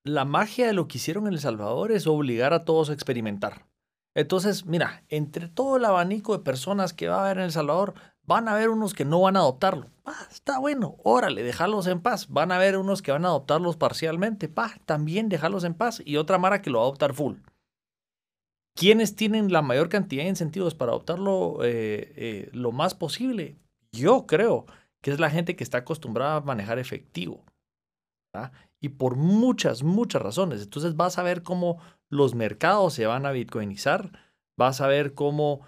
la magia de lo que hicieron en El Salvador es obligar a todos a experimentar. Entonces, mira, entre todo el abanico de personas que va a haber en El Salvador, van a haber unos que no van a adoptarlo. Está bueno, órale, déjalos en paz. Van a haber unos que van a adoptarlos parcialmente. También déjalos en paz. Y otra mara que lo va a adoptar full. ¿Quiénes tienen la mayor cantidad de incentivos para adoptarlo lo más posible? Yo creo que es la gente que está acostumbrada a manejar efectivo, ¿verdad? Y por muchas, muchas razones. Entonces vas a ver cómo los mercados se van a bitcoinizar, vas a ver cómo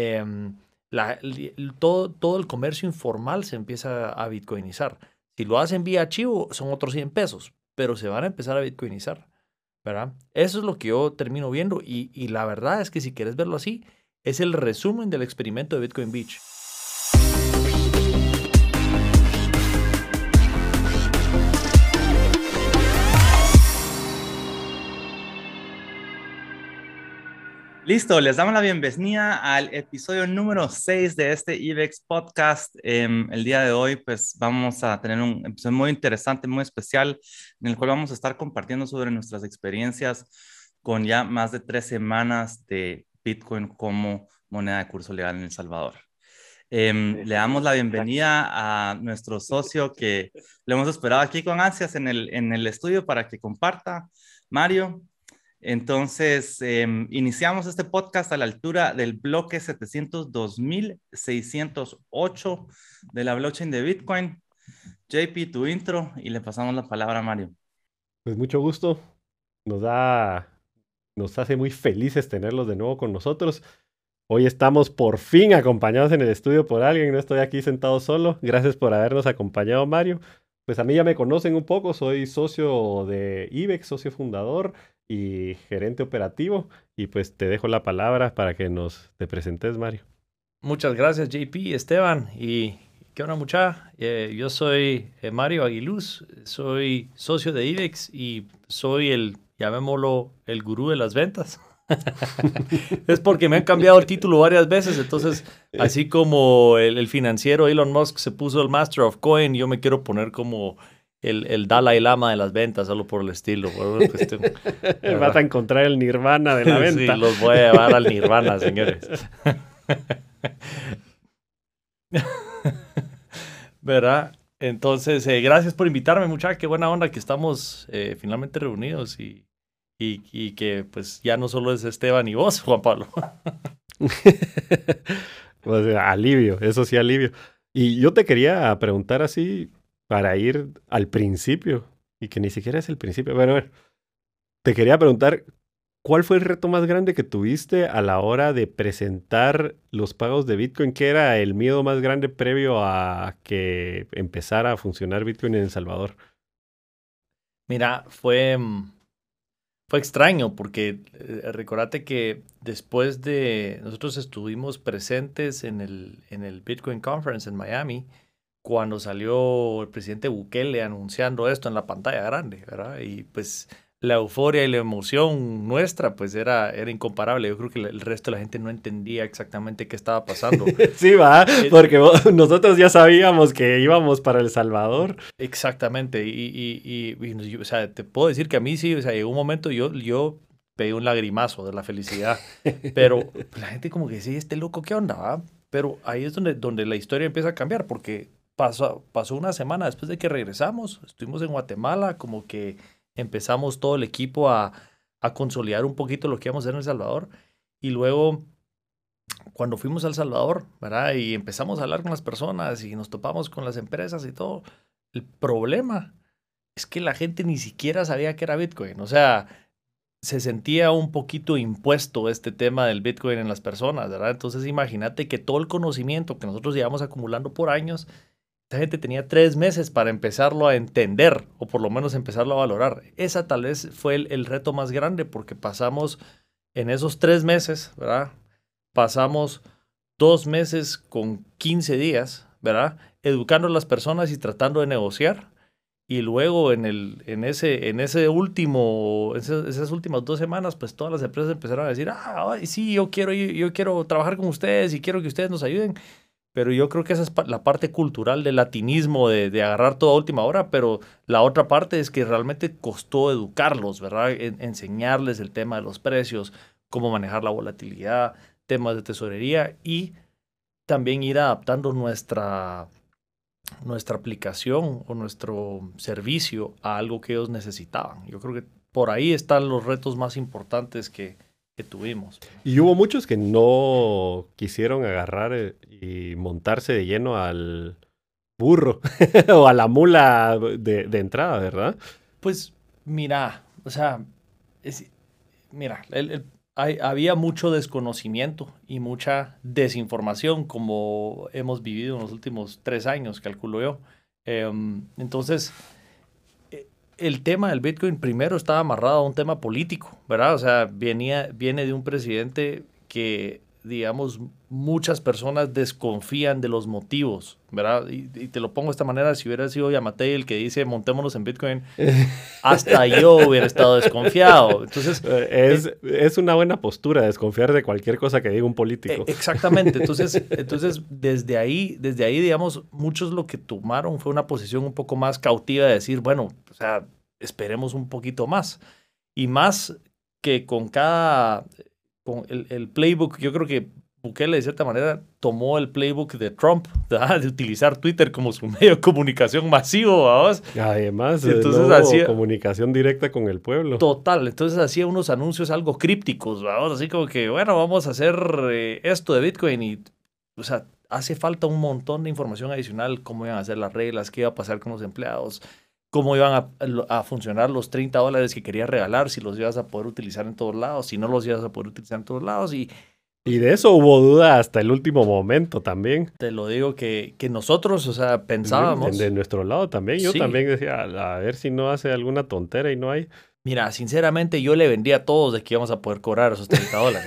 todo el comercio informal se empieza a bitcoinizar. Si lo hacen vía archivo, son otros 100 pesos, pero se van a empezar a bitcoinizar, ¿verdad? Eso es lo que yo termino viendo y la verdad es que si quieres verlo así, es el resumen del experimento de Bitcoin Beach. Listo, les damos la bienvenida al episodio número 6 de este IBEX Podcast. El día de hoy, pues vamos a tener un episodio muy interesante, muy especial, en el cual vamos a estar compartiendo sobre nuestras experiencias con ya más de 3 semanas de Bitcoin como moneda de curso legal en El Salvador. Le damos la bienvenida a nuestro socio que le hemos esperado aquí con ansias en el estudio para que comparta, Mario. Entonces, iniciamos este podcast a la altura del bloque 702.608 de la blockchain de Bitcoin. JP, tu intro y le pasamos la palabra a Mario. Pues mucho gusto. Nos hace muy felices tenerlos de nuevo con nosotros. Hoy estamos por fin acompañados en el estudio por alguien. No estoy aquí sentado solo. Gracias por habernos acompañado, Mario. Pues a mí ya me conocen un poco. Soy socio de IBEX, socio fundador y gerente operativo. Y pues te dejo la palabra para que te presentes, Mario. Muchas gracias, JP, Esteban. ¿Y qué onda, muchacha? Yo soy Mario Aguiluz, soy socio de IBEX y soy llamémoslo, el gurú de las ventas. Es porque me han cambiado el título varias veces, entonces, así como el financiero Elon Musk se puso el Master of Coin, yo me quiero poner como el Dalai Lama de las ventas, solo por el estilo. Vas a encontrar el nirvana de la venta. Sí, los voy a llevar al nirvana, señores. ¿Verdad? Entonces, gracias por invitarme, muchacha. Qué buena onda que estamos finalmente reunidos y que pues ya no solo es Esteban y vos, Juan Pablo. Pues, alivio, eso sí, alivio. Y yo te quería preguntar así para ir al principio, y que ni siquiera es el principio. Bueno, te quería preguntar, ¿cuál fue el reto más grande que tuviste a la hora de presentar los pagos de Bitcoin? ¿Qué era el miedo más grande previo a que empezara a funcionar Bitcoin en El Salvador? Mira, fue extraño porque recordate que después de nosotros estuvimos presentes en el Bitcoin Conference en Miami, cuando salió el presidente Bukele anunciando esto en la pantalla grande, ¿verdad? Y pues la euforia y la emoción nuestra pues era incomparable. Yo creo que el resto de la gente no entendía exactamente qué estaba pasando. Sí, va, porque nosotros ya sabíamos que íbamos para El Salvador. Exactamente. O sea, te puedo decir que a mí sí, o sea, llegó un momento yo pegué un lagrimazo de la felicidad, pero la gente como que sí, este loco, ¿qué onda? ¿Va? Pero ahí es donde la historia empieza a cambiar, porque pasó una semana después de que regresamos, estuvimos en Guatemala, como que empezamos todo el equipo a consolidar un poquito lo que íbamos a hacer en El Salvador, y luego cuando fuimos a El Salvador, ¿verdad? Y empezamos a hablar con las personas y nos topamos con las empresas y todo, el problema es que la gente ni siquiera sabía que era Bitcoin. O sea, se sentía un poquito impuesto este tema del Bitcoin en las personas, ¿verdad? Entonces imagínate que todo el conocimiento que nosotros llevamos acumulando por años, esa gente tenía 3 meses para empezarlo a entender o por lo menos empezarlo a valorar. Esa tal vez fue el reto más grande porque pasamos en esos 3 meses, ¿verdad? Pasamos 2 meses con 15 días, ¿verdad? Educando a las personas y tratando de negociar. Y luego esas últimas 2 semanas, pues todas las empresas empezaron a decir, ay, sí, yo quiero trabajar con ustedes y quiero que ustedes nos ayuden. Pero yo creo que esa es la parte cultural del latinismo, de agarrar todo a última hora, pero la otra parte es que realmente costó educarlos, ¿verdad? Enseñarles el tema de los precios, cómo manejar la volatilidad, temas de tesorería y también ir adaptando nuestra aplicación o nuestro servicio a algo que ellos necesitaban. Yo creo que por ahí están los retos más importantes que tuvimos. Y hubo muchos que no quisieron agarrar y montarse de lleno al burro o a la mula de entrada, ¿verdad? Pues mira, o sea, había mucho desconocimiento y mucha desinformación como hemos vivido en los últimos 3 años, calculo yo. Entonces, el tema del Bitcoin primero estaba amarrado a un tema político, ¿verdad? O sea, viene de un presidente que, digamos, muchas personas desconfían de los motivos, ¿verdad? Y te lo pongo de esta manera, si hubiera sido Yamatei el que dice montémonos en Bitcoin, hasta yo hubiera estado desconfiado. Entonces, es una buena postura desconfiar de cualquier cosa que diga un político. Exactamente. Entonces desde ahí, digamos, muchos lo que tomaron fue una posición un poco más cautiva de decir, bueno, o sea, esperemos un poquito más. Y más que con el playbook, yo creo que Bukele de cierta manera tomó el playbook de Trump, ¿verdad? De utilizar Twitter como su medio de comunicación masivo, ¿verdad? Además, entonces hacía comunicación directa con el pueblo. Total, entonces hacía unos anuncios algo crípticos, ¿verdad? Así como que, bueno, vamos a hacer esto de Bitcoin y, o sea, hace falta un montón de información adicional, cómo iban a ser las reglas, qué iba a pasar con los empleados, cómo iban a funcionar los $30 que quería regalar, si los ibas a poder utilizar en todos lados, si no los ibas a poder utilizar en todos lados y de eso hubo duda hasta el último momento también. Te lo digo que nosotros, o sea, pensábamos... De nuestro lado también. Yo también decía, a ver si no hace alguna tontera y no hay. Mira, sinceramente yo le vendía a todos de que íbamos a poder cobrar esos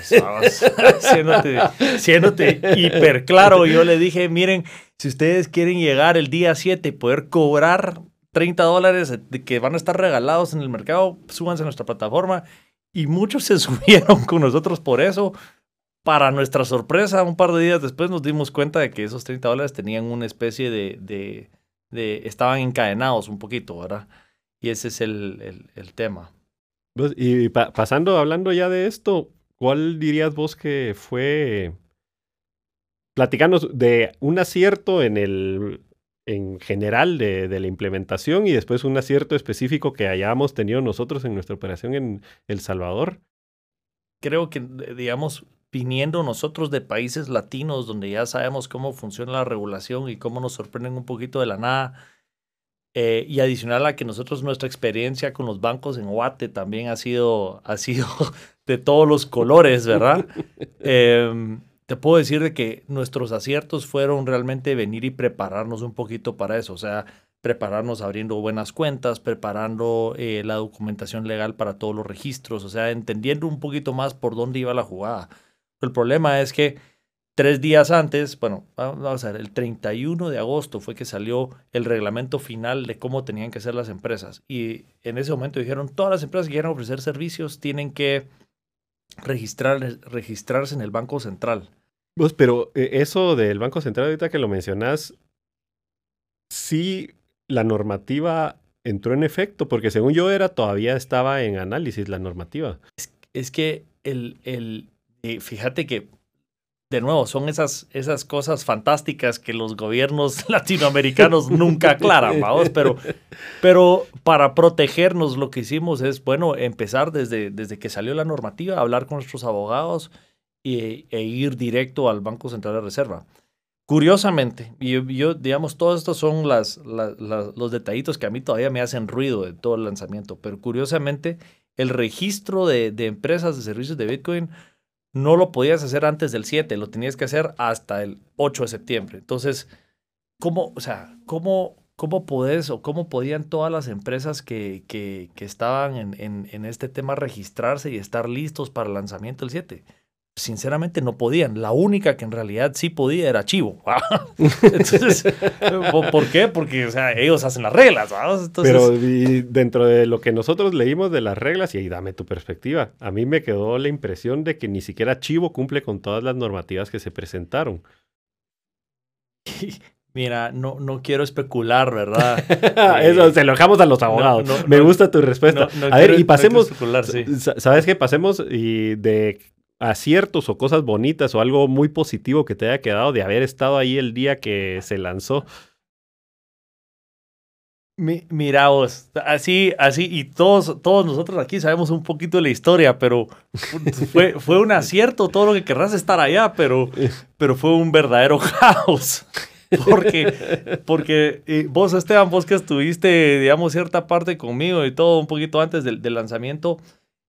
$30. Siéndote hiper claro, yo le dije, miren, si ustedes quieren llegar el día 7 y poder cobrar $30 que van a estar regalados en el mercado, súbanse a nuestra plataforma. Y muchos se subieron con nosotros por eso. Para nuestra sorpresa, un par de días después nos dimos cuenta de que esos $30 tenían una especie de estaban encadenados un poquito, ¿verdad? Y ese es el tema. Y hablando ya de esto, ¿cuál dirías vos que fue, platicanos de un acierto en general de la implementación y después un acierto específico que hayamos tenido nosotros en nuestra operación en El Salvador? Creo que, digamos, viniendo nosotros de países latinos donde ya sabemos cómo funciona la regulación y cómo nos sorprenden un poquito de la nada, y adicional a que nosotros nuestra experiencia con los bancos en Guate también ha sido de todos los colores, ¿verdad? Te puedo decir de que nuestros aciertos fueron realmente venir y prepararnos un poquito para eso, o sea, prepararnos abriendo buenas cuentas, preparando la documentación legal para todos los registros, o sea, entendiendo un poquito más por dónde iba la jugada. El problema es que 3 días antes, bueno, vamos a ver, el 31 de agosto fue que salió el reglamento final de cómo tenían que ser las empresas. Y en ese momento dijeron, todas las empresas que quieran ofrecer servicios tienen que registrarse en el Banco Central. Pues, pero eso del Banco Central, ahorita que lo mencionas, sí, la normativa entró en efecto, porque según yo todavía estaba en análisis la normativa. Es que fíjate que, de nuevo, son esas cosas fantásticas que los gobiernos latinoamericanos nunca aclaran, vamos, pero para protegernos lo que hicimos es, bueno, empezar desde que salió la normativa, hablar con nuestros abogados e ir directo al Banco Central de Reserva. Curiosamente, yo digamos, todos estos son los detallitos que a mí todavía me hacen ruido de todo el lanzamiento, pero curiosamente el registro de empresas de servicios de Bitcoin no lo podías hacer antes del 7, lo tenías que hacer hasta el 8 de septiembre. Entonces, ¿cómo podés o cómo podían todas las empresas que estaban en este tema registrarse y estar listos para el lanzamiento del 7? Sinceramente no podían. La única que en realidad sí podía era Chivo. Entonces, ¿por qué? Porque, o sea, ellos hacen las reglas. Entonces... Pero dentro de lo que nosotros leímos de las reglas, y ahí dame tu perspectiva, a mí me quedó la impresión de que ni siquiera Chivo cumple con todas las normativas que se presentaron. Mira, no quiero especular, ¿verdad? Eso se lo dejamos a los abogados. Me gusta tu respuesta. A ver, y pasemos, sí. ¿Sabes qué? Pasemos y de aciertos o cosas bonitas o algo muy positivo que te haya quedado de haber estado ahí el día que se lanzó. Mira vos, así, y todos nosotros aquí sabemos un poquito de la historia, pero fue un acierto todo lo que querrás estar allá, pero fue un verdadero caos. Porque vos, Esteban, vos que estuviste, digamos, cierta parte conmigo y todo un poquito antes del lanzamiento,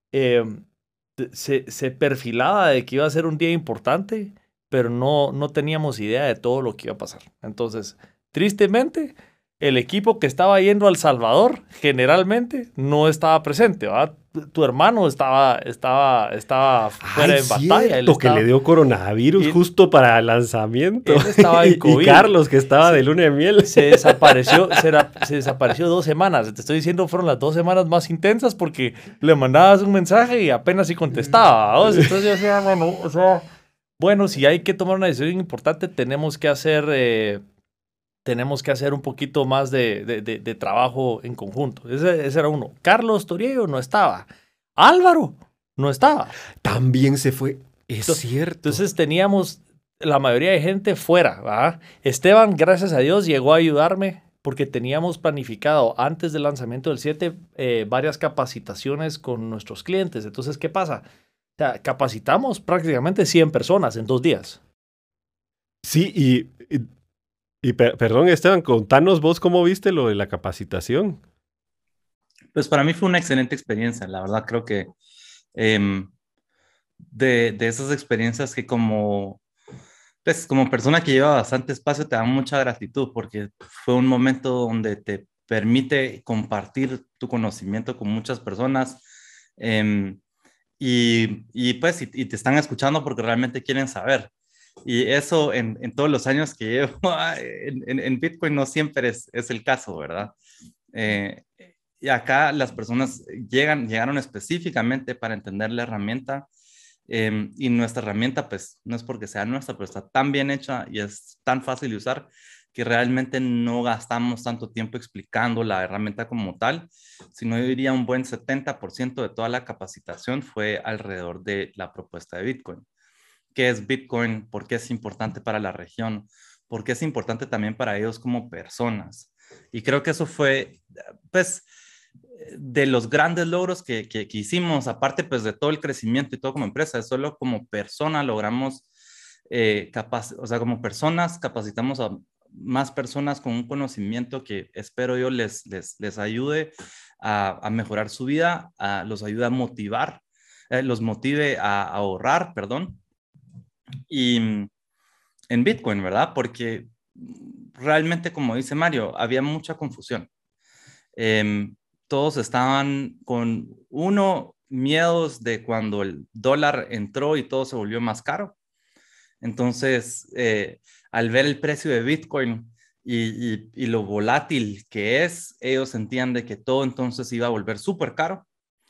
se perfilaba de que iba a ser un día importante, pero no teníamos idea de todo lo que iba a pasar. Entonces, tristemente, el equipo que estaba yendo a El Salvador generalmente no estaba presente, ¿verdad? Tu hermano estaba fuera de batalla. Él que le dio coronavirus justo para el lanzamiento. Él estaba en COVID. Y Carlos, que estaba de luna de miel. Se desapareció 2 semanas. Te estoy diciendo, fueron las 2 semanas más intensas porque le mandabas un mensaje y apenas si contestaba. ¿No? Entonces yo decía, bueno, si hay que tomar una decisión importante, tenemos que hacer un poquito más de trabajo en conjunto. Ese era uno. Carlos Toriello no estaba. Álvaro no estaba. También se fue. Es cierto. Entonces teníamos la mayoría de gente fuera, ¿verdad? Esteban, gracias a Dios, llegó a ayudarme porque teníamos planificado antes del lanzamiento del 7 varias capacitaciones con nuestros clientes. Entonces, ¿qué pasa? O sea, capacitamos prácticamente 100 personas en 2 días. Sí, y perdón, Esteban, contanos vos cómo viste lo de la capacitación. Pues para mí fue una excelente experiencia. La verdad, creo que de esas experiencias que como persona que lleva bastante espacio te da mucha gratitud porque fue un momento donde te permite compartir tu conocimiento con muchas personas y te están escuchando porque realmente quieren saber. Y eso en todos los años que llevo en Bitcoin no siempre es el caso, ¿verdad? Y acá las personas llegaron específicamente para entender la herramienta y nuestra herramienta, pues no es porque sea nuestra, pero está tan bien hecha y es tan fácil de usar que realmente no gastamos tanto tiempo explicando la herramienta como tal, sino yo diría un buen 70% de toda la capacitación fue alrededor de la propuesta de Bitcoin. ¿Qué es Bitcoin? ¿Por qué es importante para la región? ¿Por qué es importante también para ellos como personas? Y creo que eso fue, pues, de los grandes logros que hicimos, aparte pues de todo el crecimiento y todo como empresa, es solo como persona logramos, como personas capacitamos a más personas con un conocimiento que espero yo les ayude a mejorar su vida, los ayude a motivar, los motive a ahorrar, perdón, y en Bitcoin, ¿verdad? Porque realmente, como dice Mario, había mucha confusión. Todos estaban con miedos de cuando el dólar entró y todo se volvió más caro. Entonces, al ver el precio de Bitcoin y lo volátil que es, ellos sentían de que todo entonces iba a volver súper caro.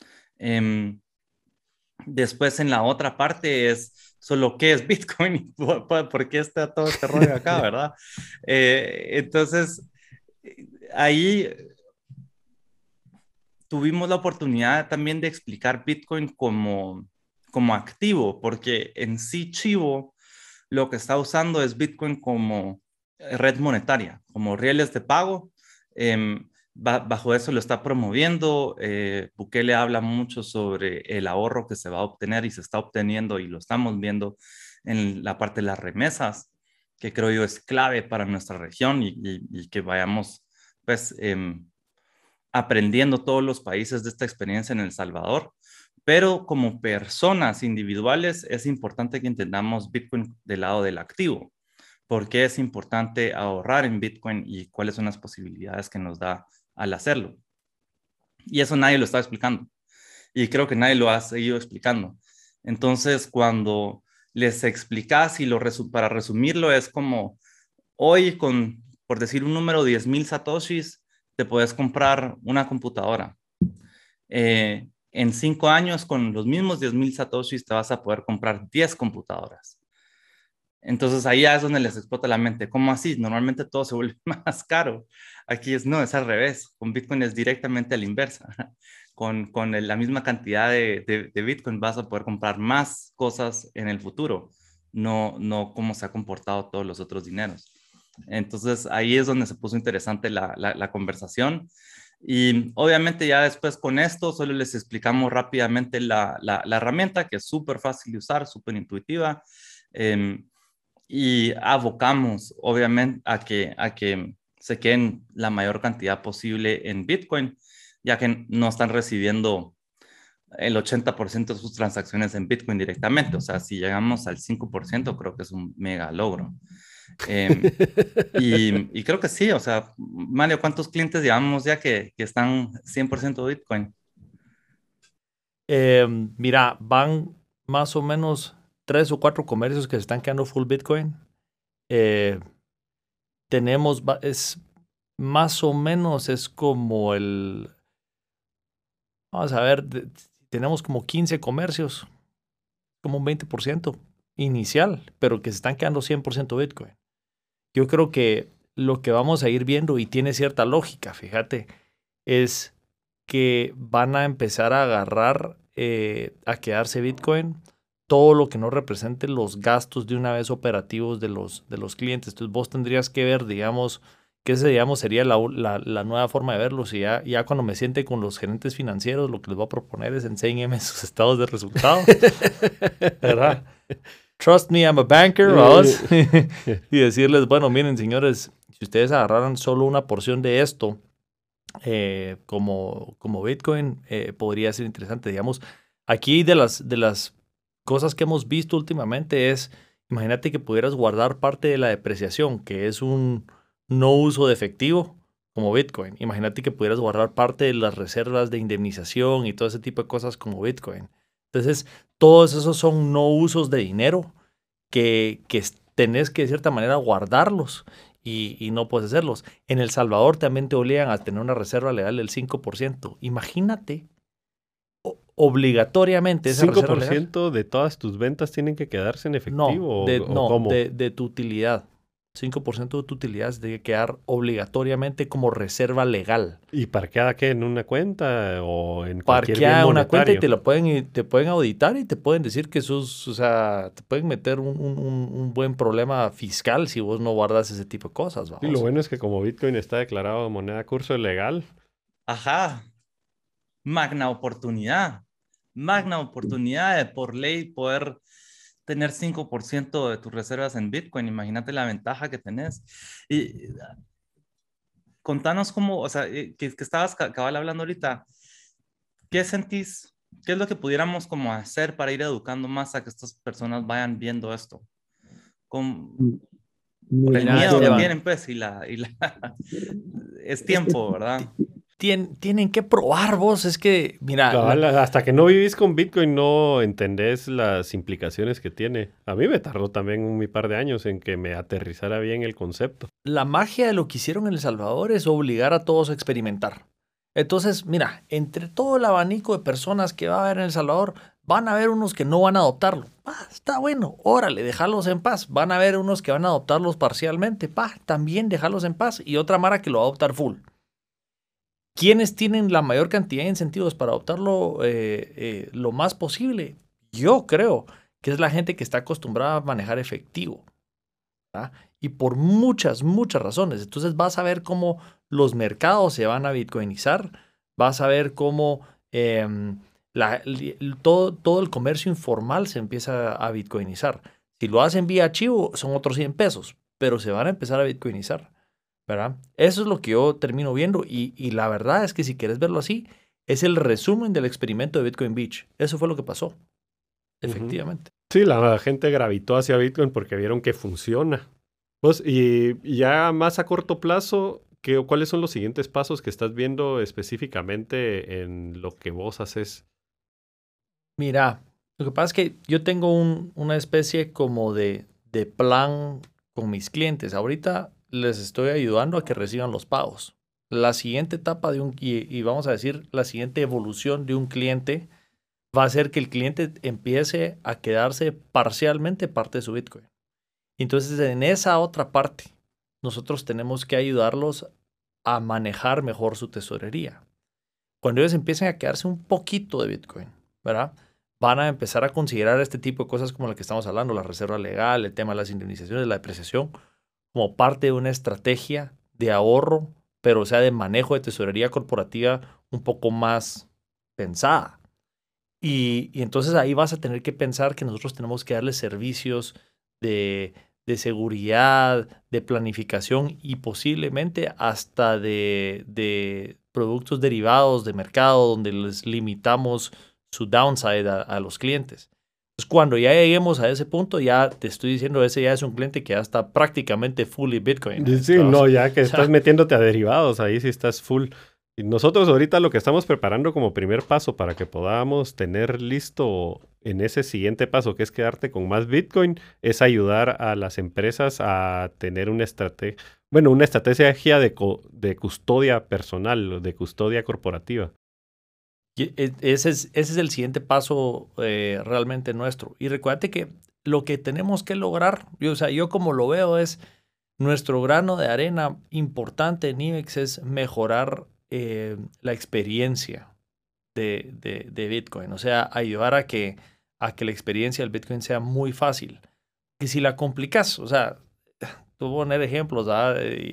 Después, en la otra parte es solo qué es Bitcoin y por qué está todo este rollo acá, ¿verdad? Entonces, ahí tuvimos la oportunidad también de explicar Bitcoin como activo, porque en sí Chivo lo que está usando es Bitcoin como red monetaria, como rieles de pago. Bajo eso lo está promoviendo. Bukele habla mucho sobre el ahorro que se va a obtener y se está obteniendo y lo estamos viendo en la parte de las remesas, que creo yo es clave para nuestra región y que vayamos pues aprendiendo todos los países de esta experiencia en El Salvador. Pero como personas individuales es importante que entendamos Bitcoin del lado del activo. ¿Por qué es importante ahorrar en Bitcoin y cuáles son las posibilidades que nos da al hacerlo? Y eso nadie lo está explicando. Y creo que nadie lo ha seguido explicando. Entonces, cuando les explicas y para resumirlo, es como hoy por decir un número, 10,000 satoshis, te puedes comprar una computadora. En 5 años, con los mismos 10,000 satoshis, te vas a poder comprar 10 computadoras. Entonces ahí es donde les explota la mente. ¿Cómo así? Normalmente todo se vuelve más caro. Aquí no, es al revés. Con Bitcoin es directamente a la inversa. Con la misma cantidad de Bitcoin vas a poder comprar más cosas en el futuro, no como se ha comportado todos los otros dineros. Entonces ahí es donde se puso interesante la conversación. Y obviamente ya después con esto solo les explicamos rápidamente la herramienta, que es súper fácil de usar, súper intuitiva. Y abocamos obviamente a que se queden la mayor cantidad posible en Bitcoin, ya que no están recibiendo el 80% de sus transacciones en Bitcoin directamente. O sea, si llegamos al 5%, creo que es un mega logro. Y creo que sí, o sea, Mario, ¿cuántos clientes llevamos ya que están 100% Bitcoin? Mira, van más o menos 3 o 4 comercios que se están quedando full Bitcoin. Tenemos, es más o menos, es como vamos a ver, tenemos como 15 comercios, como un 20% inicial, pero que se están quedando 100% Bitcoin. Yo creo que lo que vamos a ir viendo, y tiene cierta lógica, fíjate, es que van a empezar a agarrar, a quedarse Bitcoin, todo lo que no represente los gastos de una vez operativos de los clientes. Entonces vos tendrías que ver, digamos, que ese, digamos, sería la nueva forma de verlos. Y ya cuando me siente con los gerentes financieros, lo que les voy a proponer es enséñenme sus estados de resultados. ¿Verdad? Trust me, I'm a banker, vamos. Y decirles, bueno, miren, señores, si ustedes agarraran solo una porción de esto, como Bitcoin, podría ser interesante. Digamos, aquí de las cosas que hemos visto últimamente es, imagínate que pudieras guardar parte de la depreciación, que es un no uso de efectivo, como Bitcoin. Imagínate que pudieras guardar parte de las reservas de indemnización y todo ese tipo de cosas como Bitcoin. Entonces, todos esos son no usos de dinero que tenés que de cierta manera guardarlos y no puedes hacerlos. En El Salvador también te obligan a tener una reserva legal del 5%. Imagínate, obligatoriamente esa reserva legal. ¿5% de todas tus ventas tienen que quedarse en efectivo? No, ¿cómo? de tu utilidad. 5% de tu utilidad se debe quedar obligatoriamente como reserva legal. ¿Y parqueada qué? ¿En una cuenta o en cualquier bien Parquea una cuenta y monetario? te pueden auditar y te pueden decir que sos, o sea, te pueden meter un buen problema fiscal si vos no guardas ese tipo de cosas, Y vamos. lo bueno es que como Bitcoin está declarado moneda curso legal. Ajá, magna oportunidad de por ley poder tener 5% de tus reservas en Bitcoin. Imagínate la ventaja que tenés. Y contanos cómo, o sea, que estabas cabal hablando ahorita, ¿qué sentís? ¿Qué es lo que pudiéramos como hacer para ir educando más a que estas personas vayan viendo esto? Con, por el Mira, Mira, miedo que Esteban, tienen, pues, es tiempo, ¿verdad? tienen que probar vos, es que, mira, Cabal, hasta que no vivís con Bitcoin no entendés las implicaciones que tiene. A mí me tardó también un par de años en que me aterrizara bien el concepto. la magia de lo que hicieron en El Salvador es obligar a todos a experimentar. Entonces, mira, entre todo el abanico de personas que va a haber en El Salvador, van a haber unos que no van a adoptarlo. Está bueno, órale, dejarlos en paz. Van a haber unos que van a adoptarlos parcialmente. También dejarlos en paz. Y otra mara que lo va a adoptar full. ¿Quiénes tienen la mayor cantidad de incentivos para adoptarlo lo más posible? Yo creo que es la gente que está acostumbrada a manejar efectivo, ¿verdad? Y por muchas, muchas razones. Entonces vas a ver cómo los mercados se van a bitcoinizar, vas a ver cómo todo el comercio informal se empieza a bitcoinizar. Si lo hacen vía archivo, son otros 100 pesos, pero se van a empezar a bitcoinizar, ¿verdad? Eso es lo que yo termino viendo y la verdad es que si quieres verlo así, es el resumen del experimento de Bitcoin Beach. Eso fue lo que pasó, efectivamente. Sí, la gente gravitó hacia Bitcoin porque vieron que funciona. Pues, y ya más a corto plazo, ¿cuáles son los siguientes pasos que estás viendo específicamente en lo que vos haces? Mira, lo que pasa es que yo tengo una especie como de plan con mis clientes. Ahorita les estoy ayudando a que reciban los pagos. La siguiente etapa y vamos a decir, la siguiente evolución de un cliente va a ser que el cliente empiece a quedarse parcialmente parte de su Bitcoin. Entonces, en esa otra parte, nosotros tenemos que ayudarlos a manejar mejor su tesorería. Cuando ellos empiecen a quedarse un poquito de Bitcoin, ¿verdad? Van a empezar a considerar este tipo de cosas como la que estamos hablando, la reserva legal, el tema de las indemnizaciones, la depreciación, como parte de una estrategia de ahorro, pero o sea, de manejo de tesorería corporativa un poco más pensada. Y entonces ahí vas a tener que pensar que nosotros tenemos que darles servicios de seguridad, de planificación y posiblemente hasta de productos derivados de mercado donde les limitamos su downside a los clientes. Entonces, cuando ya lleguemos a ese punto, ya te estoy diciendo, ese ya es un cliente que ya está prácticamente fully Bitcoin. Sí, no, ya que estás metiéndote a derivados, ahí sí estás full. Y nosotros ahorita lo que estamos preparando como primer paso para que podamos tener listo en ese siguiente paso, que es quedarte con más Bitcoin, es ayudar a las empresas a tener una estrategia de custodia personal, de custodia corporativa. Ese es el siguiente paso realmente nuestro. Y recuérdate que lo que tenemos que lograr, yo como lo veo es nuestro grano de arena importante en IBEX es mejorar la experiencia de Bitcoin. O sea, ayudar a que la experiencia del Bitcoin sea muy fácil. Y si la complicas, o sea, te voy a poner ejemplos, ¿verdad?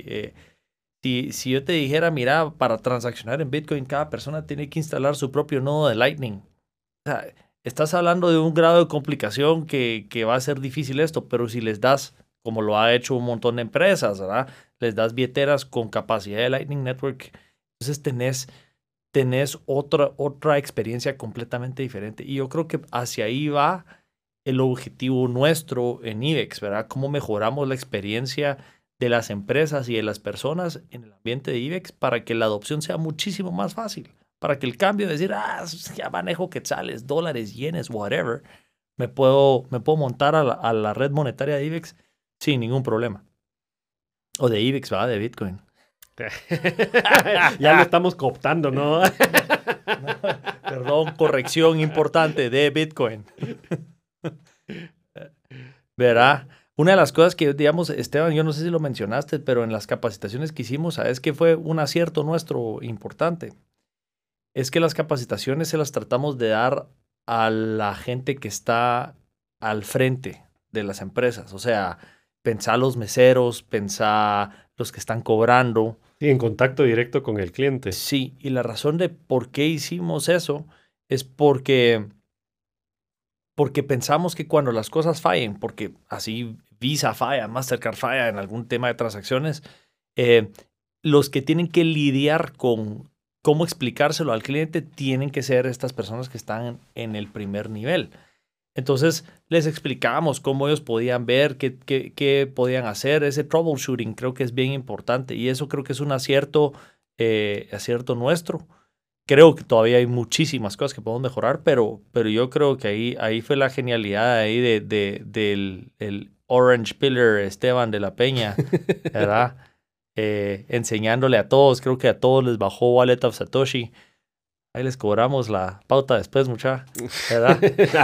Si yo te dijera, mira, para transaccionar en Bitcoin, cada persona tiene que instalar su propio nodo de Lightning. O sea, estás hablando de un grado de complicación que va a ser difícil esto, pero si les das, como lo ha hecho un montón de empresas, ¿verdad? Les das billeteras con capacidad de Lightning Network, entonces tenés otra experiencia completamente diferente. Y yo creo que hacia ahí va el objetivo nuestro en IBEX, ¿verdad? Cómo mejoramos la experiencia de las empresas y de las personas en el ambiente de IBEX para que la adopción sea muchísimo más fácil. Para que el cambio de decir, ya manejo quetzales, dólares, yenes, whatever, me puedo montar a la red monetaria de IBEX sin ningún problema. O de IBEX, ¿verdad? De Bitcoin. Ya lo estamos cooptando, ¿no? Perdón, corrección importante, de Bitcoin. ¿Verdad? Una de las cosas que, digamos, Esteban, yo no sé si lo mencionaste, pero en las capacitaciones que hicimos, ¿sabes qué fue un acierto nuestro importante? Es que las capacitaciones se las tratamos de dar a la gente que está al frente de las empresas. O sea, pensá los meseros, pensá los que están cobrando. Sí, en contacto directo con el cliente. Sí, y la razón de por qué hicimos eso es porque pensamos que cuando las cosas fallen, porque así Visa falla, Mastercard falla en algún tema de transacciones, los que tienen que lidiar con cómo explicárselo al cliente tienen que ser estas personas que están en el primer nivel. Entonces les explicamos cómo ellos podían ver, qué podían hacer. Ese troubleshooting creo que es bien importante y eso creo que es un acierto nuestro. Creo que todavía hay muchísimas cosas que podemos mejorar, pero yo creo que ahí fue la genialidad ahí del el Orange Pillar Esteban de la Peña, ¿verdad? Enseñándole a todos, creo que a todos les bajó Wallet of Satoshi. Ahí les cobramos la pauta después, mucha, ¿verdad?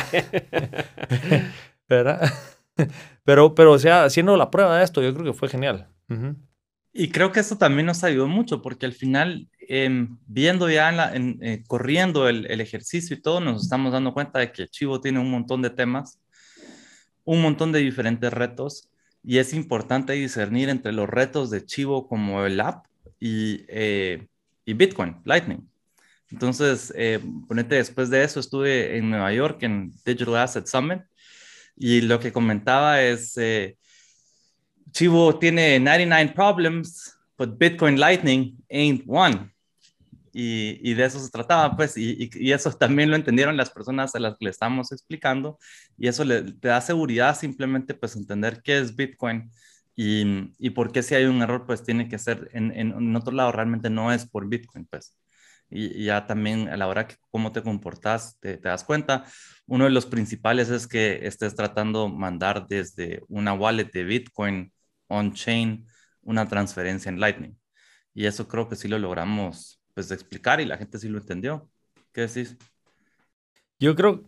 ¿Verdad? Pero, o sea, haciendo la prueba de esto, yo creo que fue genial. Uh-huh. Y creo que esto también nos ayudó mucho porque al final, viendo ya, corriendo el ejercicio y todo, nos estamos dando cuenta de que Chivo tiene un montón de temas, un montón de diferentes retos y es importante discernir entre los retos de Chivo como el app y Bitcoin, Lightning. Entonces, ponete, después de eso estuve en Nueva York en Digital Asset Summit y lo que comentaba es... Chivo tiene 99 problems, but Bitcoin Lightning ain't one. Y de eso se trataba, pues, y eso también lo entendieron las personas a las que le estamos explicando, y eso te da seguridad simplemente, pues, entender qué es Bitcoin y por qué si hay un error, pues, tiene que ser en otro lado, realmente no es por Bitcoin, pues. Y ya también a la hora que cómo te comportas, te das cuenta. Uno de los principales es que estés tratando de mandar desde una wallet de Bitcoin on-chain una transferencia en Lightning. Y eso creo que sí lo logramos pues explicar y la gente sí lo entendió. ¿Qué decís? Yo creo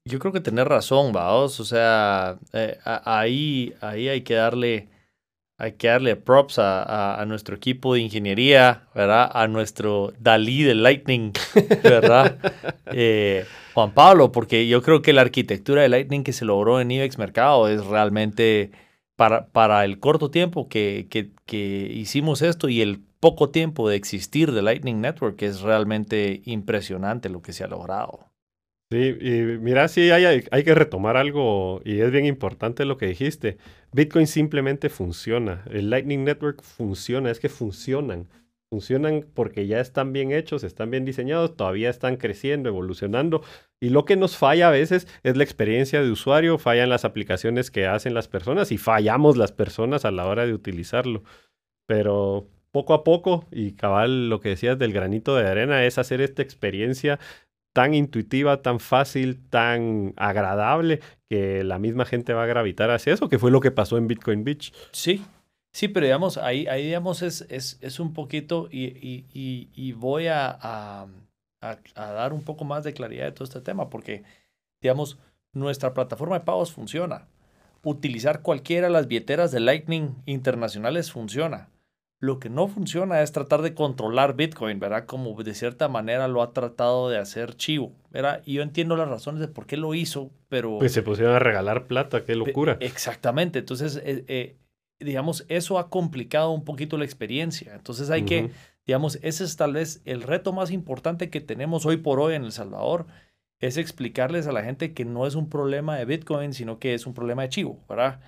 Yo creo que tenés razón, vaos. O sea, ahí hay que darle props a nuestro equipo de ingeniería, ¿verdad? A nuestro Dalí de Lightning, ¿verdad? Juan Pablo, porque yo creo que la arquitectura de Lightning que se logró en IBEX Mercado es realmente para el corto tiempo que hicimos esto y el poco tiempo de existir de Lightning Network es realmente impresionante lo que se ha logrado. Sí, y mira, sí hay que retomar algo y es bien importante lo que dijiste. Bitcoin simplemente funciona. El Lightning Network funciona, es que funcionan. Funcionan porque ya están bien hechos, están bien diseñados, todavía están creciendo, evolucionando. Y lo que nos falla a veces es la experiencia de usuario, fallan las aplicaciones que hacen las personas y fallamos las personas a la hora de utilizarlo. Pero poco a poco, y cabal lo que decías del granito de arena, es hacer esta experiencia tan intuitiva, tan fácil, tan agradable, que la misma gente va a gravitar hacia eso, que fue lo que pasó en Bitcoin Beach. Sí, sí, pero digamos, ahí digamos, es un poquito, y voy a dar un poco más de claridad de todo este tema, porque, digamos, nuestra plataforma de pagos funciona. Utilizar cualquiera de las billeteras de Lightning internacionales funciona. Lo que no funciona es tratar de controlar Bitcoin, ¿verdad? Como de cierta manera lo ha tratado de hacer Chivo, ¿verdad? Y yo entiendo las razones de por qué lo hizo, pero... Pues se pusieron a regalar plata, qué locura. Exactamente. Entonces, digamos, eso ha complicado un poquito la experiencia. Entonces hay que, digamos, ese es tal vez el reto más importante que tenemos hoy por hoy en El Salvador, es explicarles a la gente que no es un problema de Bitcoin, sino que es un problema de Chivo, ¿verdad?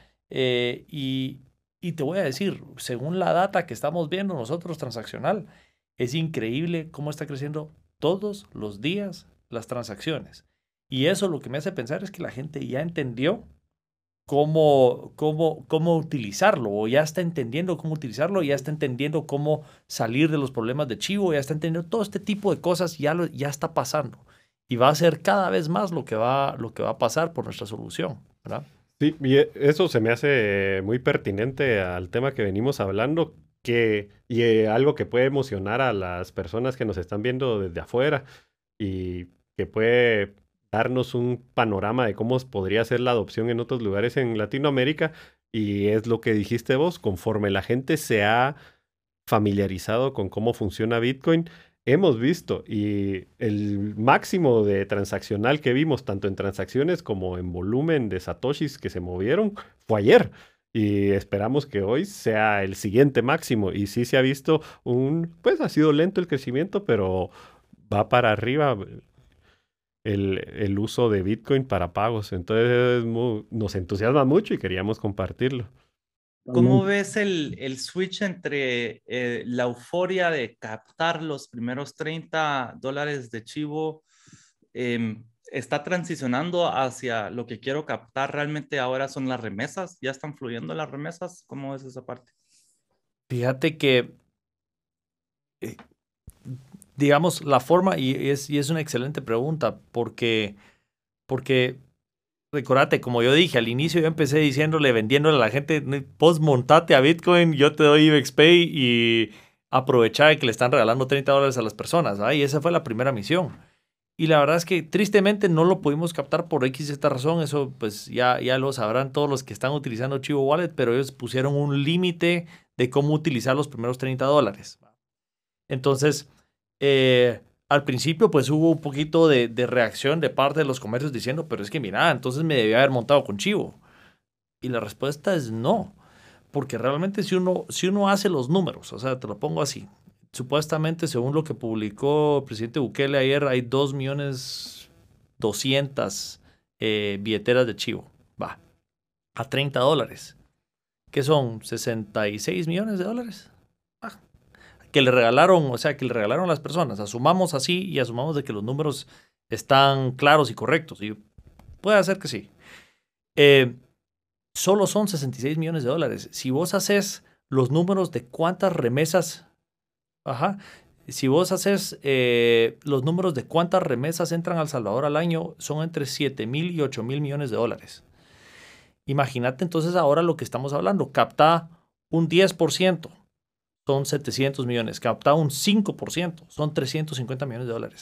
Y te voy a decir, según la data que estamos viendo nosotros transaccional, es increíble cómo está creciendo todos los días las transacciones. Y eso lo que me hace pensar es que la gente ya entendió cómo utilizarlo, o ya está entendiendo cómo utilizarlo, ya está entendiendo cómo salir de los problemas de Chivo, ya está entendiendo todo este tipo de cosas, ya está pasando. Y va a ser cada vez más lo que va a pasar por nuestra solución, ¿verdad? Sí, y eso se me hace muy pertinente al tema que venimos hablando, algo que puede emocionar a las personas que nos están viendo desde afuera y que puede darnos un panorama de cómo podría ser la adopción en otros lugares en Latinoamérica. Y es lo que dijiste vos, conforme la gente se ha familiarizado con cómo funciona Bitcoin, hemos visto, y el máximo de transaccional que vimos, tanto en transacciones como en volumen de satoshis que se movieron, fue ayer. Y esperamos que hoy sea el siguiente máximo. Y sí se ha visto pues ha sido lento el crecimiento, pero va para arriba el uso de Bitcoin para pagos. Entonces nos entusiasma mucho y queríamos compartirlo. ¿Cómo ves el switch entre la euforia de captar los primeros $30 de Chivo? ¿Está transicionando hacia lo que quiero captar realmente ahora son las remesas? ¿Ya están fluyendo las remesas? ¿Cómo ves esa parte? Fíjate que, digamos, la forma, y es una excelente pregunta, porque recordate, como yo dije al inicio, yo empecé vendiéndole a la gente, vos montate a Bitcoin, yo te doy IBEX Pay y aprovechar que le están regalando $30 a las personas, ¿verdad? Y esa fue la primera misión. Y la verdad es que tristemente no lo pudimos captar por X esta razón, eso pues ya lo sabrán todos los que están utilizando Chivo Wallet, pero ellos pusieron un límite de cómo utilizar los primeros $30. Entonces, al principio pues hubo un poquito de reacción de parte de los comercios diciendo, pero es que mira, entonces me debía haber montado con Chivo. Y la respuesta es no, porque realmente si uno hace los números, o sea, te lo pongo así, supuestamente según lo que publicó el presidente Bukele ayer, hay 2.200.000 billeteras de Chivo, va, a $30, que son $66 millones. Que le regalaron, o sea, que le regalaron a las personas. Asumamos así y asumamos de que los números están claros y correctos. Y puede ser que sí. Solo son $66 millones. Si vos haces los números de cuántas remesas, si vos haces los números de cuántas remesas entran al Salvador al año, son entre 7.000 y 8.000 millones de dólares. Imagínate entonces ahora lo que estamos hablando. Capta un 10%. Son 700 millones. Capta un 5%, son $350 millones.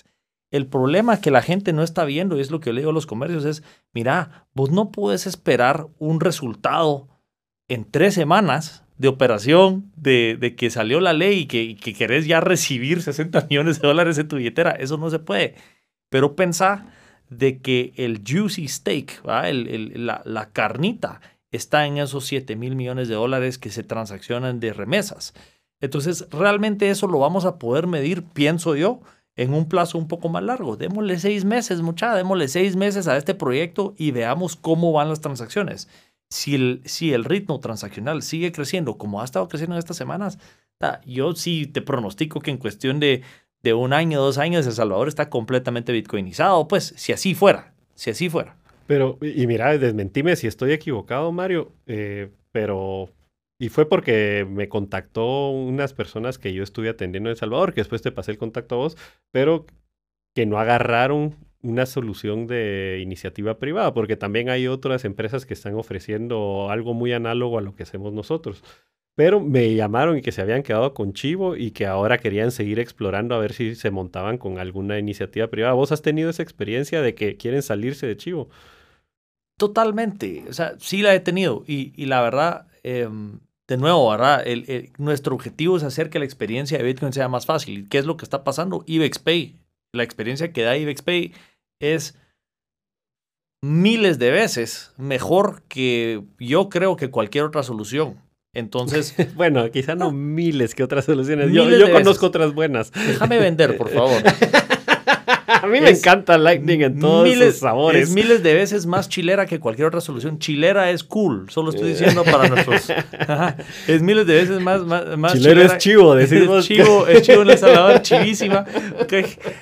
El problema que la gente no está viendo, y es lo que yo le digo a los comercios, es, mira, vos no puedes esperar un resultado en 3 semanas de operación, de que salió la ley y que querés ya recibir $60 millones en tu billetera. Eso no se puede. Pero pensá de que el juicy steak, la carnita, está en esos $7 mil millones que se transaccionan de remesas. Entonces, realmente eso lo vamos a poder medir, pienso yo, en un plazo un poco más largo. Démosle 6 meses, démosle 6 meses a este proyecto y veamos cómo van las transacciones. Si el ritmo transaccional sigue creciendo como ha estado creciendo en estas semanas, yo sí te pronostico que en cuestión de 1 año, 2 años, El Salvador está completamente bitcoinizado, pues, si así fuera. Pero, y mira, desmentime si estoy equivocado, Mario, pero... Y fue porque me contactó unas personas que yo estuve atendiendo en El Salvador, que después te pasé el contacto a vos, pero que no agarraron una solución de iniciativa privada, porque también hay otras empresas que están ofreciendo algo muy análogo a lo que hacemos nosotros. Pero me llamaron y que se habían quedado con Chivo y que ahora querían seguir explorando a ver si se montaban con alguna iniciativa privada. ¿Vos has tenido esa experiencia de que quieren salirse de Chivo? Totalmente. O sea, sí la he tenido. Y la verdad, de nuevo, ¿verdad? Nuestro objetivo es hacer que la experiencia de Bitcoin sea más fácil. ¿Qué es lo que está pasando? IBEX Pay. La experiencia que da IBEX Pay es miles de veces mejor que yo creo que cualquier otra solución. Entonces, bueno, quizá no miles que otras soluciones. Yo conozco otras buenas. Déjame vender, por favor. A mí me encanta Lightning en todos sus sabores. Es miles de veces más chilera que cualquier otra solución. Chilera es cool, solo estoy diciendo para nuestros... Es miles de veces más chilera. Es chivo, decimos. Es chivo en El Salvador, chivísima. Okay.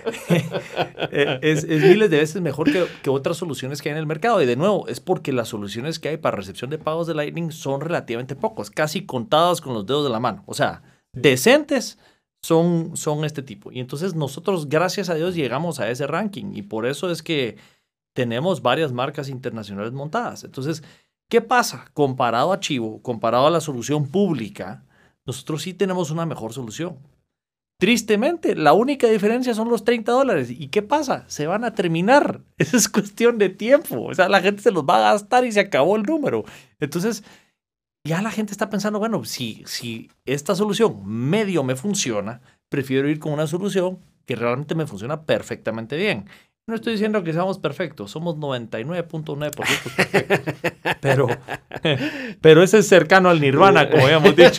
Es miles de veces mejor que otras soluciones que hay en el mercado. Y de nuevo, es porque las soluciones que hay para recepción de pagos de Lightning son relativamente pocas, casi contadas con los dedos de la mano. O sea, decentes... Son este tipo. Y entonces nosotros, gracias a Dios, llegamos a ese ranking. Y por eso es que tenemos varias marcas internacionales montadas. Entonces, ¿qué pasa? Comparado a Chivo, comparado a la solución pública, nosotros sí tenemos una mejor solución. Tristemente, la única diferencia son los $30. ¿Y qué pasa? Se van a terminar. Eso es cuestión de tiempo. O sea, la gente se los va a gastar y se acabó el número. Entonces... ya la gente está pensando, bueno, si esta solución medio me funciona, prefiero ir con una solución que realmente me funciona perfectamente bien. No estoy diciendo que seamos perfectos, somos 99.9% perfectos. Pero ese es cercano al nirvana, como habíamos dicho.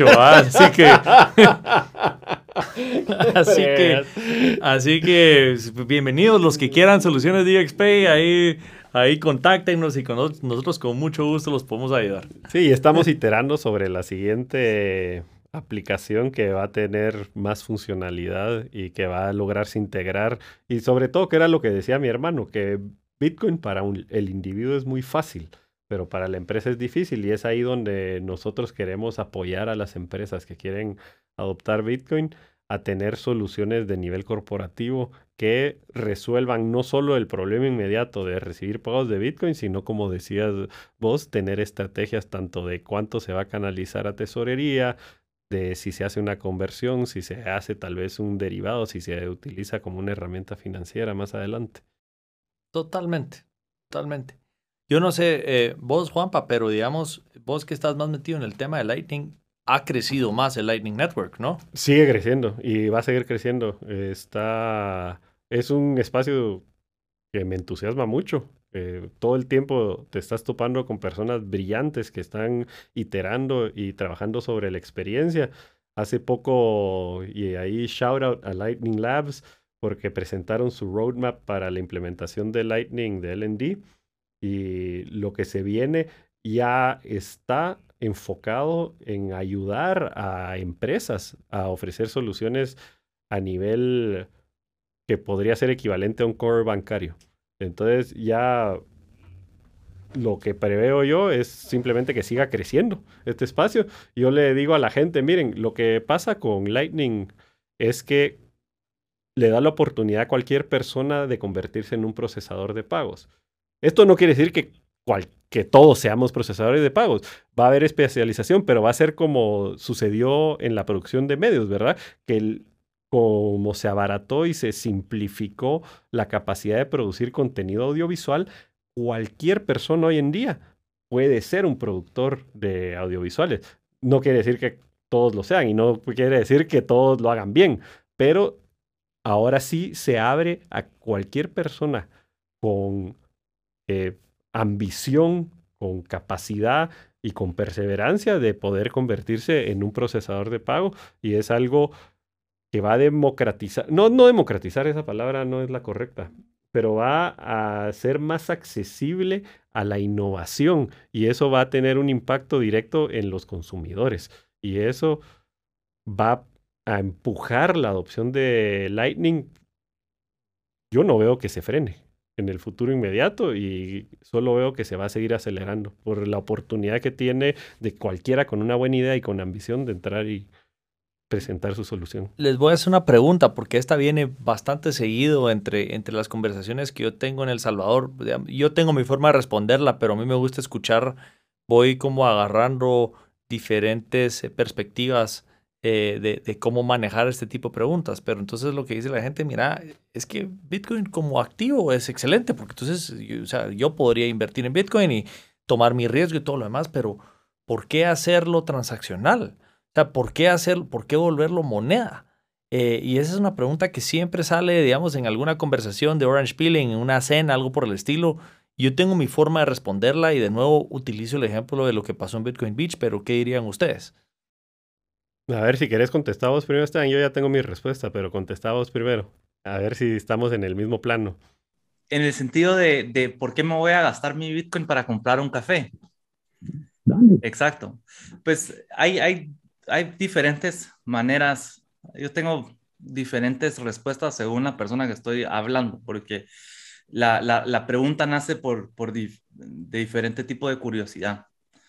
Así que bienvenidos los que quieran soluciones de IBEX Pay, ahí contáctenos y nosotros con mucho gusto los podemos ayudar. Sí, estamos iterando sobre la siguiente aplicación que va a tener más funcionalidad y que va a lograrse integrar. Y sobre todo, que era lo que decía mi hermano, que Bitcoin para el individuo es muy fácil, pero para la empresa es difícil. Y es ahí donde nosotros queremos apoyar a las empresas que quieren adoptar Bitcoin a tener soluciones de nivel corporativo que resuelvan no solo el problema inmediato de recibir pagos de Bitcoin, sino, como decías vos, tener estrategias tanto de cuánto se va a canalizar a tesorería, de si se hace una conversión, si se hace tal vez un derivado, si se utiliza como una herramienta financiera más adelante. Totalmente. Yo no sé, vos, Juanpa, pero digamos, vos que estás más metido en el tema de Lightning, ha crecido más el Lightning Network, ¿no? Sigue creciendo y va a seguir creciendo. Es un espacio que me entusiasma mucho. Todo el tiempo te estás topando con personas brillantes que están iterando y trabajando sobre la experiencia. Hace poco, y ahí shout out a Lightning Labs, porque presentaron su roadmap para la implementación de Lightning de LND. Y lo que se viene ya está enfocado en ayudar a empresas a ofrecer soluciones a nivel que podría ser equivalente a un core bancario. Entonces ya lo que preveo yo es simplemente que siga creciendo este espacio. Yo le digo a la gente, miren, lo que pasa con Lightning es que le da la oportunidad a cualquier persona de convertirse en un procesador de pagos. Esto no quiere decir que todos seamos procesadores de pagos. Va a haber especialización, pero va a ser como sucedió en la producción de medios, ¿verdad? Que como se abarató y se simplificó la capacidad de producir contenido audiovisual, cualquier persona hoy en día puede ser un productor de audiovisuales. No quiere decir que todos lo sean y no quiere decir que todos lo hagan bien, pero ahora sí se abre a cualquier persona con ambición, con capacidad y con perseverancia de poder convertirse en un procesador de pago, y es algo que va a democratizar, no democratizar, esa palabra no es la correcta, pero va a ser más accesible a la innovación, y eso va a tener un impacto directo en los consumidores, y eso va a empujar la adopción de Lightning. Yo no veo que se frene en el futuro inmediato, y solo veo que se va a seguir acelerando por la oportunidad que tiene de cualquiera con una buena idea y con ambición de entrar y presentar su solución. Les voy a hacer una pregunta, porque esta viene bastante seguido entre las conversaciones que yo tengo en El Salvador. Yo tengo mi forma de responderla, pero a mí me gusta escuchar, voy como agarrando diferentes perspectivas de cómo manejar este tipo de preguntas. Pero entonces lo que dice la gente, mira, es que Bitcoin como activo es excelente, porque entonces o sea, yo podría invertir en Bitcoin y tomar mi riesgo y todo lo demás, pero ¿por qué hacerlo transaccional? O sea, ¿por qué volverlo moneda? Y esa es una pregunta que siempre sale, digamos, en alguna conversación de Orange Peeling, en una cena, algo por el estilo. Yo tengo mi forma de responderla y de nuevo utilizo el ejemplo de lo que pasó en Bitcoin Beach, pero ¿qué dirían ustedes? A ver, si querés contestar vos primero, Esteban. Yo ya tengo mi respuesta, pero contestá vos primero. A ver si estamos en el mismo plano. En el sentido de por qué me voy a gastar mi Bitcoin para comprar un café. Exacto. Pues hay diferentes maneras. Yo tengo diferentes respuestas según la persona que estoy hablando, porque la pregunta nace de diferente tipo de curiosidad.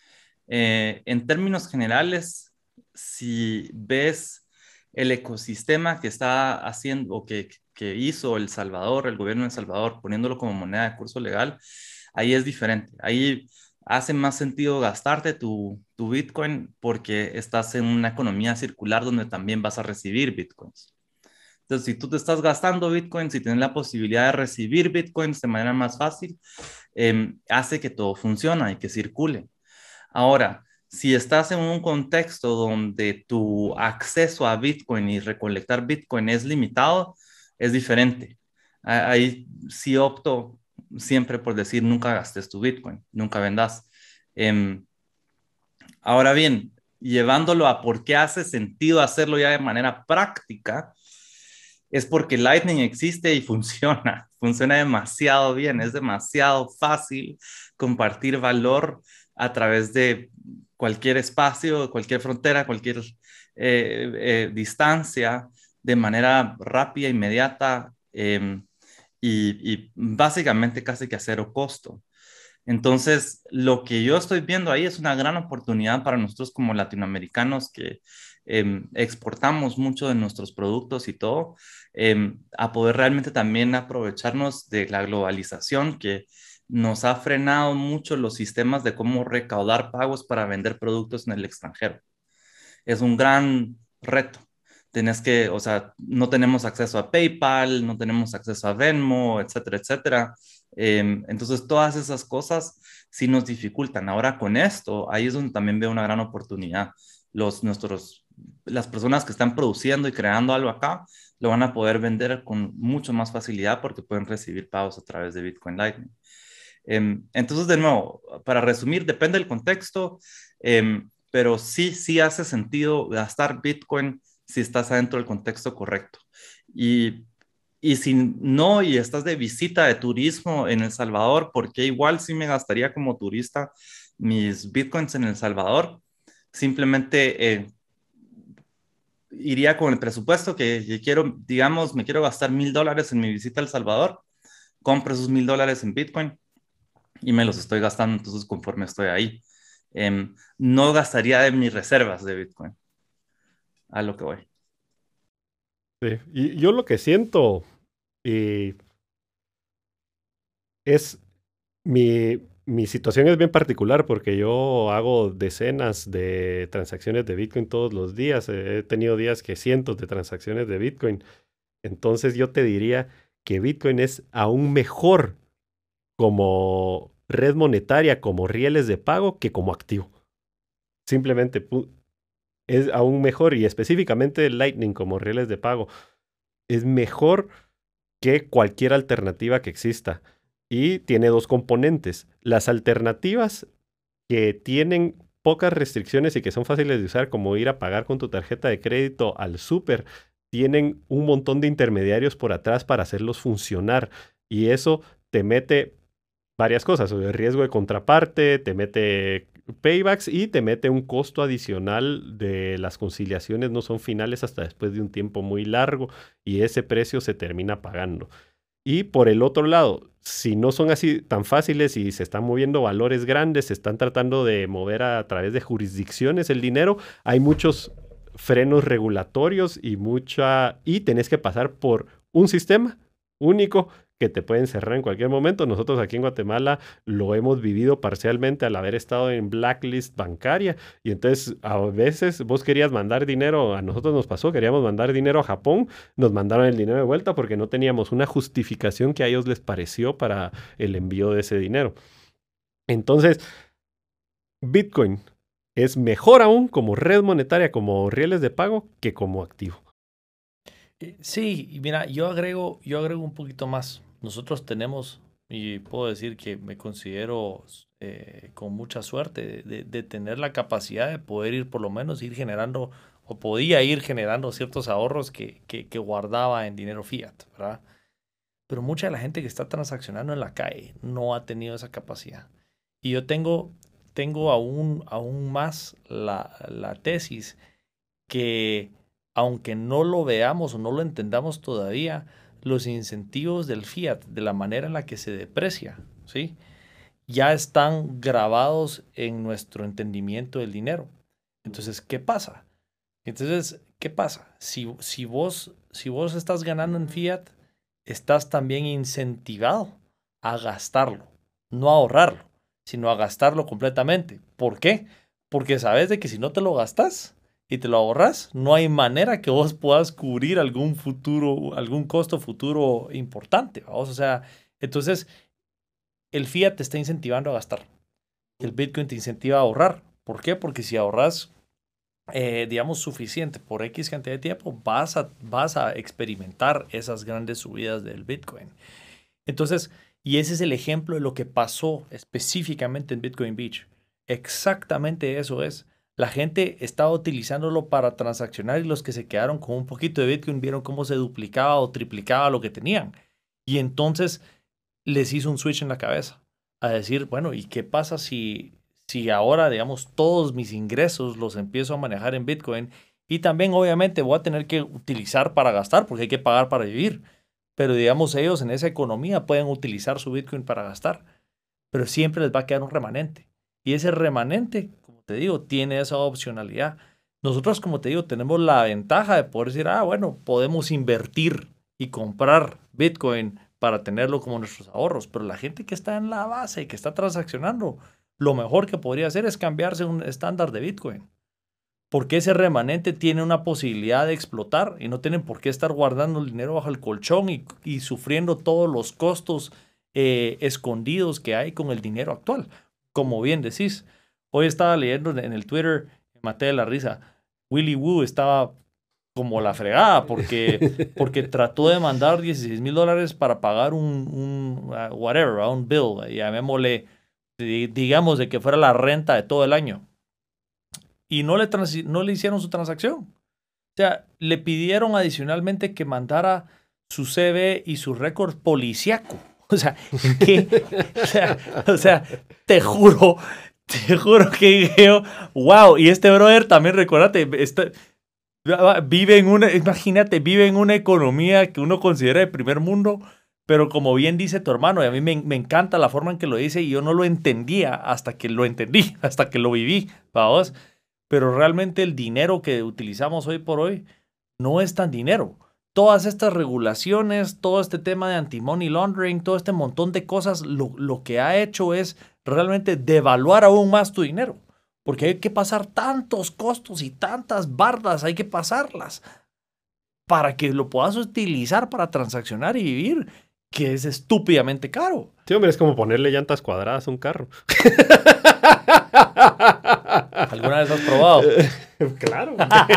En términos generales, si ves el ecosistema que está haciendo o que hizo El Salvador, el gobierno de El Salvador, poniéndolo como moneda de curso legal, ahí es diferente. Ahí hace más sentido gastarte tu Bitcoin porque estás en una economía circular donde también vas a recibir Bitcoins. Entonces, si tú te estás gastando Bitcoins y tienes la posibilidad de recibir Bitcoins de manera más fácil, hace que todo funcione y que circule. Ahora, si estás en un contexto donde tu acceso a Bitcoin y recolectar Bitcoin es limitado, es diferente. Ahí sí opto siempre por decir nunca gastes tu Bitcoin, nunca vendas. Em, Ahora bien, llevándolo a por qué hace sentido hacerlo ya de manera práctica, es porque Lightning existe y funciona. Funciona demasiado bien, es demasiado fácil compartir valor a través de cualquier espacio, cualquier frontera, cualquier distancia, de manera rápida, inmediata y básicamente casi que a cero costo. Entonces, lo que yo estoy viendo ahí es una gran oportunidad para nosotros como latinoamericanos que exportamos mucho de nuestros productos y todo, a poder realmente también aprovecharnos de la globalización que nos ha frenado mucho los sistemas de cómo recaudar pagos para vender productos en el extranjero. Es un gran reto. Tenés que, o sea, no tenemos acceso a PayPal, no tenemos acceso a Venmo, etcétera, etcétera. Entonces, todas esas cosas sí nos dificultan. Ahora con esto, ahí es donde también veo una gran oportunidad. Las personas que están produciendo y creando algo acá, lo van a poder vender con mucho más facilidad porque pueden recibir pagos a través de Bitcoin Lightning. Entonces, de nuevo, para resumir, depende del contexto, pero sí hace sentido gastar Bitcoin si estás adentro del contexto correcto. Y, y si no, y estás de visita de turismo en El Salvador, porque igual sí me gastaría como turista mis Bitcoins en El Salvador, simplemente iría con el presupuesto que quiero, digamos, me quiero gastar $1,000 en mi visita a El Salvador, compro esos $1,000 en Bitcoin y me los estoy gastando entonces conforme estoy ahí. No gastaría de mis reservas de Bitcoin, a lo que voy. Sí. Y yo lo que siento es mi mi situación es bien particular porque yo hago decenas de transacciones de Bitcoin todos los días. He tenido días que cientos de transacciones de Bitcoin. Entonces yo te diría que Bitcoin es aún mejor como red monetaria, como rieles de pago, que como activo. Simplemente es aún mejor, y específicamente Lightning como rieles de pago es mejor que cualquier alternativa que exista. Y tiene dos componentes. Las alternativas que tienen pocas restricciones y que son fáciles de usar, como ir a pagar con tu tarjeta de crédito al súper, tienen un montón de intermediarios por atrás para hacerlos funcionar. Y eso te mete varias cosas, el riesgo de contraparte, te mete paybacks y te mete un costo adicional de las conciliaciones, no son finales hasta después de un tiempo muy largo y ese precio se termina pagando. Y por el otro lado, si no son así tan fáciles y se están moviendo valores grandes, se están tratando de mover a través de jurisdicciones el dinero, hay muchos frenos regulatorios y tenés que pasar por un sistema único que te pueden cerrar en cualquier momento. Nosotros aquí en Guatemala lo hemos vivido parcialmente al haber estado en blacklist bancaria. Y entonces a veces vos querías mandar dinero, a nosotros nos pasó, queríamos mandar dinero a Japón, nos mandaron el dinero de vuelta porque no teníamos una justificación que a ellos les pareció para el envío de ese dinero. Entonces, Bitcoin es mejor aún como red monetaria, como rieles de pago, que como activo. Sí, y mira, yo agrego un poquito más. Nosotros tenemos, y puedo decir que me considero con mucha suerte de tener la capacidad de poder ir, por lo menos ir generando, o podía ir generando ciertos ahorros que guardaba en dinero fiat, ¿verdad? Pero mucha de la gente que está transaccionando en la calle no ha tenido esa capacidad. Y yo tengo aún más la tesis que, aunque no lo veamos o no lo entendamos todavía, los incentivos del fiat, de la manera en la que se deprecia, ¿sí?, ya están grabados en nuestro entendimiento del dinero. Entonces, ¿qué pasa? Si vos estás ganando en fiat, estás también incentivado a gastarlo, no a ahorrarlo, sino a gastarlo completamente. ¿Por qué? Porque sabes de que si no te lo gastas y te lo ahorras, no hay manera que vos puedas cubrir algún costo futuro importante, ¿vamos? O sea, entonces el fiat te está incentivando a gastar. El Bitcoin te incentiva a ahorrar. ¿Por qué? Porque si ahorras, digamos, suficiente por X cantidad de tiempo, vas a experimentar esas grandes subidas del Bitcoin. Entonces, y ese es el ejemplo de lo que pasó específicamente en Bitcoin Beach. Exactamente eso es. La gente estaba utilizándolo para transaccionar y los que se quedaron con un poquito de Bitcoin vieron cómo se duplicaba o triplicaba lo que tenían. Y entonces les hizo un switch en la cabeza a decir, bueno, ¿y qué pasa si ahora, digamos, todos mis ingresos los empiezo a manejar en Bitcoin? Y también, obviamente, voy a tener que utilizar para gastar porque hay que pagar para vivir. Pero, digamos, ellos en esa economía pueden utilizar su Bitcoin para gastar. Pero siempre les va a quedar un remanente. Y ese remanente, como te digo, tiene esa opcionalidad. Nosotros, como te digo, tenemos la ventaja de poder decir, bueno, podemos invertir y comprar Bitcoin para tenerlo como nuestros ahorros. Pero la gente que está en la base y que está transaccionando, lo mejor que podría hacer es cambiarse un estándar de Bitcoin. Porque ese remanente tiene una posibilidad de explotar y no tienen por qué estar guardando el dinero bajo el colchón y sufriendo todos los costos escondidos que hay con el dinero actual. Como bien decís, hoy estaba leyendo en el Twitter, me maté de la risa, Willy Woo estaba como la fregada porque trató de mandar $16,000 para pagar un bill, llamémosle, digamos, de que fuera la renta de todo el año. Y no le hicieron su transacción. O sea, le pidieron adicionalmente que mandara su CV y su récord policíaco. O sea, ¿qué? O sea, te juro que yo, wow. Y este brother también, recuérdate, vive en una economía que uno considera de primer mundo, pero como bien dice tu hermano, y a mí me encanta la forma en que lo dice, y yo no lo entendía hasta que lo entendí, hasta que lo viví, ¿vamos? Pero realmente el dinero que utilizamos hoy por hoy no es tan dinero. Todas estas regulaciones, todo este tema de anti-money laundering, todo este montón de cosas, lo que ha hecho es realmente devaluar aún más tu dinero. Porque hay que pasar tantos costos y tantas bardas, hay que pasarlas para que lo puedas utilizar para transaccionar y vivir, que es estúpidamente caro. Sí, hombre, es como ponerle llantas cuadradas a un carro. ¿Alguna vez has probado? Claro.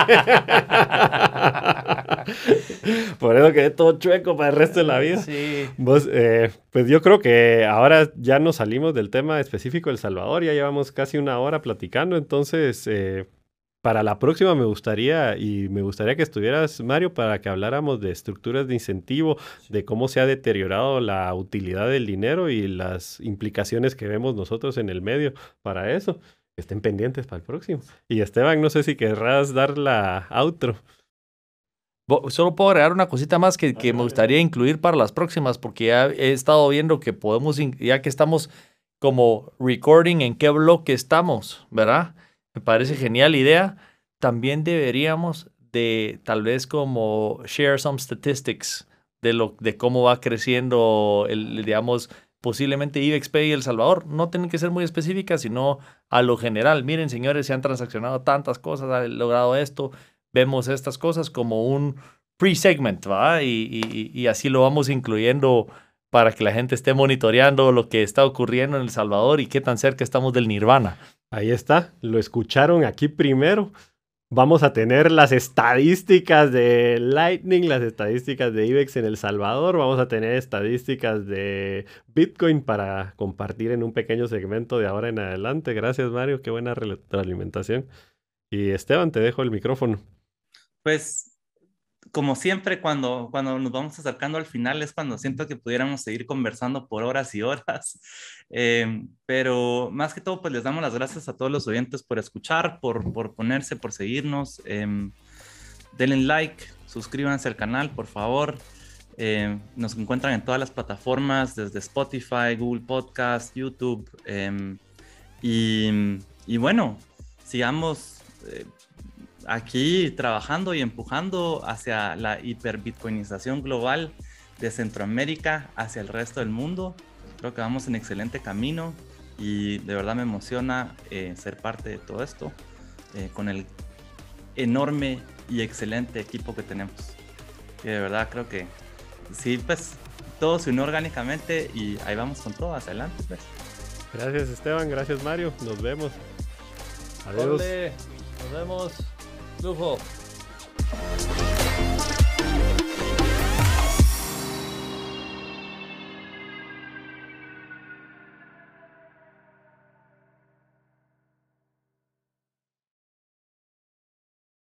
Por eso quedé todo chueco para el resto de la vida. Sí. Vos, pues yo creo que ahora ya nos salimos del tema específico de El Salvador, ya llevamos casi una hora platicando, entonces para la próxima me gustaría que estuvieras, Mario, para que habláramos de estructuras de incentivo, de cómo se ha deteriorado la utilidad del dinero y las implicaciones que vemos nosotros en el medio para eso. Estén pendientes para el próximo. Y Esteban, no sé si querrás dar la outro. Solo puedo agregar una cosita más que me gustaría incluir para las próximas, porque ya he estado viendo que podemos, ya que estamos como recording en qué bloque estamos, ¿verdad? Me parece genial idea. También deberíamos de tal vez como share some statistics de cómo va creciendo digamos, posiblemente IBEXPay y El Salvador. No tienen que ser muy específicas, sino a lo general. Miren, señores, se han transaccionado tantas cosas, han logrado esto. Vemos estas cosas como un pre-segment, ¿va? Y así lo vamos incluyendo para que la gente esté monitoreando lo que está ocurriendo en El Salvador y qué tan cerca estamos del nirvana. Ahí está, lo escucharon aquí primero. Vamos a tener las estadísticas de Lightning, las estadísticas de IBEX en El Salvador. Vamos a tener estadísticas de Bitcoin para compartir en un pequeño segmento de ahora en adelante. Gracias, Mario. Qué buena retroalimentación. Y Esteban, te dejo el micrófono. Pues, como siempre, cuando nos vamos acercando al final es cuando siento que pudiéramos seguir conversando por horas y horas. Pero más que todo, pues les damos las gracias a todos los oyentes por escuchar, por ponerse, por seguirnos. Denle like, suscríbanse al canal, por favor. Nos encuentran en todas las plataformas, desde Spotify, Google Podcast, YouTube. Y bueno, sigamos aquí trabajando y empujando hacia la hiperbitcoinización global de Centroamérica hacia el resto del mundo. Creo que vamos en excelente camino y de verdad me emociona ser parte de todo esto con el enorme y excelente equipo que tenemos. Y de verdad creo que sí, pues todo se unió orgánicamente y ahí vamos con todo, hacia adelante, pues. Gracias, Esteban, gracias, Mario, nos vemos. Adiós. Nos vemos. Lujo.